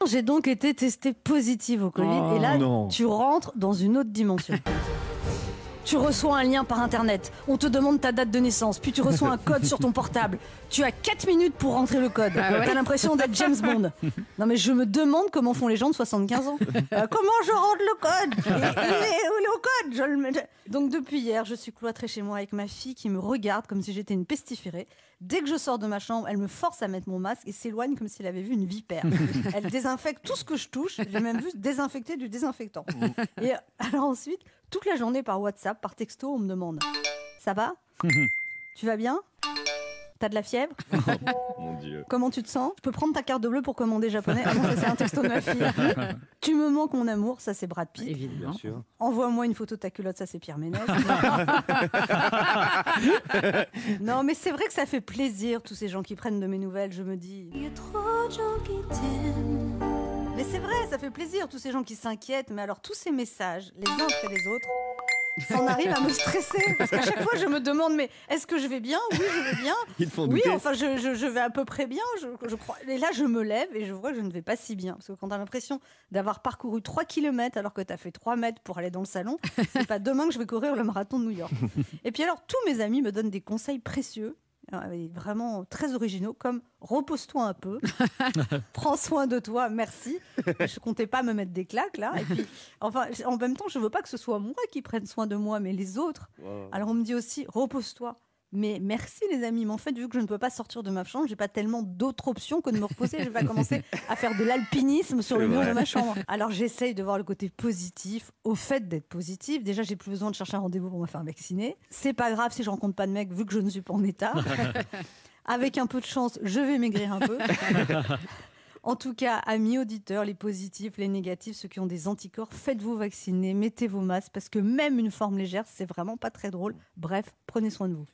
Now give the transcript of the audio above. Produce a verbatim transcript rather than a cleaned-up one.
J'ai donc été testée positive au Covid Oh, et là, non. tu rentres dans une autre dimension. Tu reçois un lien par internet, on te demande ta date de naissance, puis tu reçois un code sur ton portable. Tu as quatre minutes pour rentrer le code. Ah ouais. T'as l'impression d'être James Bond. Non mais je me demande comment font les gens de soixante-quinze ans. Euh, comment je rentre le code? Il est, il est où le code? Je le mets- Donc depuis hier, je suis cloîtrée chez moi avec ma fille qui me regarde comme si j'étais une pestiférée. Dès que je sors de ma chambre, elle me force à mettre mon masque et s'éloigne comme si elle avait vu une vipère. Elle désinfecte tout ce que je touche. J'ai même vu désinfecter du désinfectant. Et alors ensuite, toute la journée par WhatsApp, par texto, on me demande « Ça va ? Tu vas bien ? T'as de la fièvre ? Mon Dieu. Comment tu te sens ? Je peux prendre ta carte bleue pour commander japonais ?» Ah non, ça c'est un texto de ma fille. « Tu me manques mon amour ?» Ça c'est Brad Pitt. Évidemment. Bien sûr. « Envoie-moi une photo de ta culotte ?» Ça c'est Pierre Ménès. Non mais c'est vrai que ça fait plaisir tous ces gens qui prennent de mes nouvelles. Je me dis... Il y a trop de gens qui t'aiment. Mais c'est vrai, ça fait plaisir, tous ces gens qui s'inquiètent. Mais alors, tous ces messages, les uns après les autres, ça en arrive à me stresser. Parce qu'à chaque fois, je me demande, mais est-ce que je vais bien ? Oui, je vais bien. Ils te font Oui, douter. enfin, je, je, je vais à peu près bien, je, je crois. Et là, je me lève et je vois que je ne vais pas si bien. Parce que quand tu as l'impression d'avoir parcouru trois kilomètres alors que tu as fait trois mètres pour aller dans le salon, c'est pas demain que je vais courir le marathon de New York. Et puis alors, tous mes amis me donnent des conseils précieux. euh, Vraiment très originaux, comme repose-toi un peu, prends soin de toi, merci. Je comptais pas me mettre des claques là. Et puis, enfin, en même temps, je veux pas que ce soit moi qui prenne soin de moi, mais les autres. Wow. Alors on me dit aussi repose-toi. Mais merci les amis, mais en fait vu que je ne peux pas sortir de ma chambre, j'ai pas tellement d'autres options que de me reposer. Je vais pas commencer à faire de l'alpinisme sur le C'est mur vrai. de ma chambre. Alors j'essaye de voir le côté positif, au fait d'être positif. Déjà j'ai plus besoin de chercher un rendez-vous pour me faire vacciner. C'est pas grave si je rencontre pas de mec vu que je ne suis pas en état. Avec un peu de chance, je vais maigrir un peu. En tout cas, amis auditeurs, les positifs, les négatifs, ceux qui ont des anticorps, faites-vous vacciner, mettez vos masques parce que même une forme légère, c'est vraiment pas très drôle. Bref, prenez soin de vous.